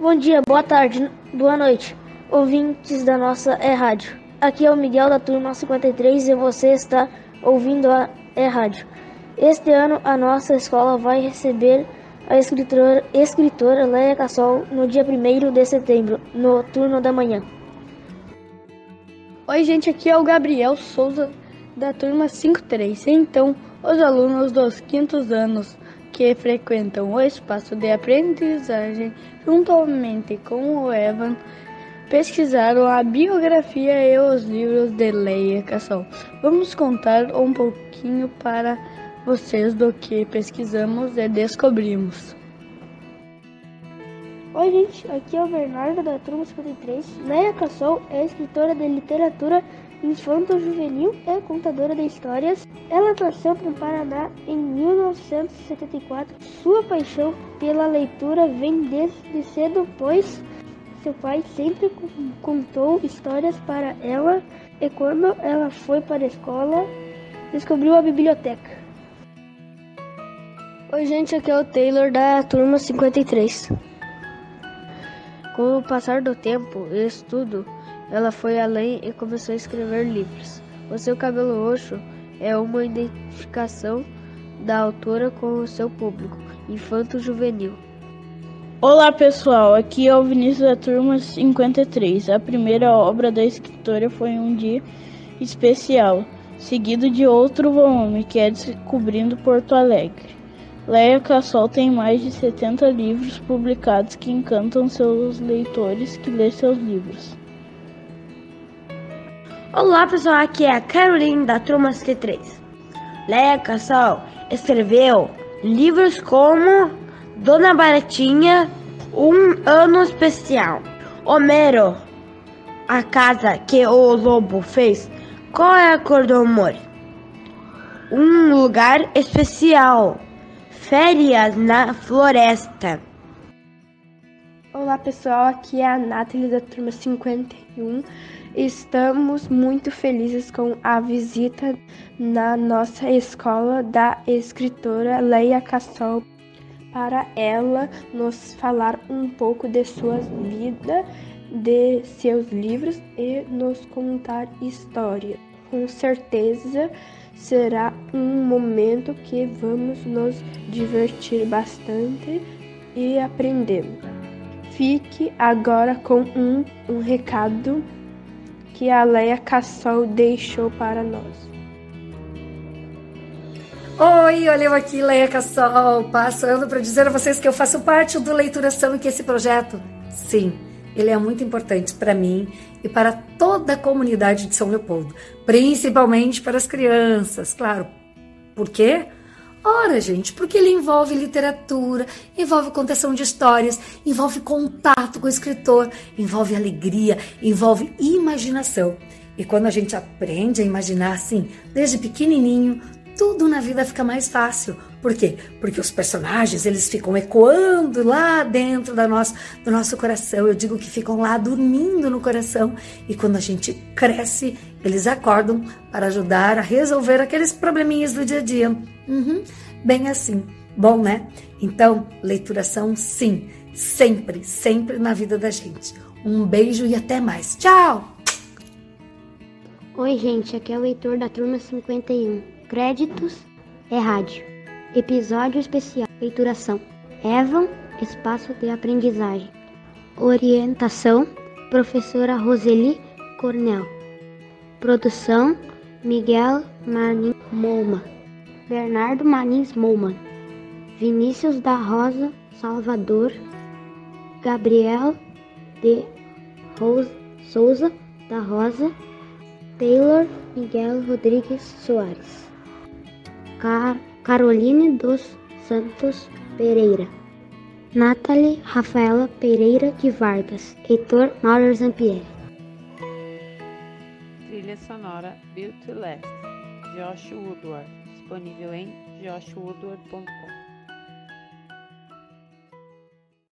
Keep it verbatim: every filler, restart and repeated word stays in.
Bom dia, boa tarde, boa noite, ouvintes da nossa E-Rádio. Aqui é o Miguel da turma cinquenta e três e você está ouvindo a E-Rádio. Este ano a nossa escola vai receber a escritora, escritora Leia Cassol no dia primeiro de setembro, no turno da manhã. Oi gente, aqui é o Gabriel Souza da turma cinquenta e três. Então, os alunos dos quintos anos que frequentam o espaço de aprendizagem, juntamente com o Evan, pesquisaram a biografia e os livros de Leia Cassol. Vamos contar um pouquinho para vocês do que pesquisamos e descobrimos. Oi gente, aqui é o Bernardo da turma cinquenta e três. Leia Cassol é escritora de literatura infanto-juvenil e contadora de histórias. Ela nasceu no Paraná em mil novecentos e setenta e quatro. Sua paixão pela leitura vem desde cedo, pois seu pai sempre contou histórias para ela e quando ela foi para a escola, descobriu a biblioteca. Oi gente, aqui é o Taylor da turma cinquenta e três. Com o passar do tempo e estudo, ela foi além e começou a escrever livros. O seu cabelo roxo é uma identificação da autora com o seu público infanto-juvenil. Olá pessoal, aqui é o Vinícius da turma cinquenta e três. A primeira obra da escritora foi Um Dia Especial, seguido de outro volume, que é Descobrindo Porto Alegre. Leia Cassol tem mais de setenta livros publicados que encantam seus leitores que lê seus livros. Olá pessoal, aqui é a Caroline da turma cinquenta e três. Leia Cassol escreveu livros como Dona Baratinha, Um Ano Especial, Homero, A Casa que o Lobo Fez, Qual é a Cor do Amor, Um Lugar Especial, Férias na Floresta. Olá pessoal, aqui é a Nathalie da turma cinquenta e um. Estamos muito felizes com a visita na nossa escola da escritora Leia Cassol, para ela nos falar um pouco de sua vida, de seus livros e nos contar histórias. Com certeza será um momento que vamos nos divertir bastante e aprender. Fique agora com um, um recado que a Leia Cassol deixou para nós. Oi, olha eu aqui, Leia Cassol, passando para dizer a vocês que eu faço parte do Leituração e que esse projeto, sim, ele é muito importante para mim e para toda a comunidade de São Leopoldo, principalmente para as crianças, claro. Por quê? Ora, gente, porque ele envolve literatura, envolve contação de histórias, envolve contato com o escritor, envolve alegria, envolve imaginação. E quando a gente aprende a imaginar assim, desde pequenininho, tudo na vida fica mais fácil. Por quê? Porque os personagens, eles ficam ecoando lá dentro da nossa, do nosso coração. Eu digo que ficam lá dormindo no coração. E quando a gente cresce, eles acordam para ajudar a resolver aqueles probleminhas do dia a dia. Uhum, bem assim. Bom, né? Então, leituração, sim. Sempre, sempre na vida da gente. Um beijo e até mais. Tchau! Oi, gente. Aqui é o Heitor da turma cinquenta e um. Créditos é rádio. Episódio especial. Leituração. Evan, espaço de aprendizagem. Orientação, professora Roseli Cornel. Produção, Miguel Martins Molman. Bernardo Martins Molman. Vinícius da Rosa Salvador. Gabriel de Rosa, Souza da Rosa. Taylor Miguel Rodrigues Soares. Car- Caroline dos Santos Pereira. Nathalie Rafaela Pereira de Vargas. Heitor Mauro Zampieri. Trilha sonora Built to Last, Josh Woodward, disponível em josh woodward ponto com.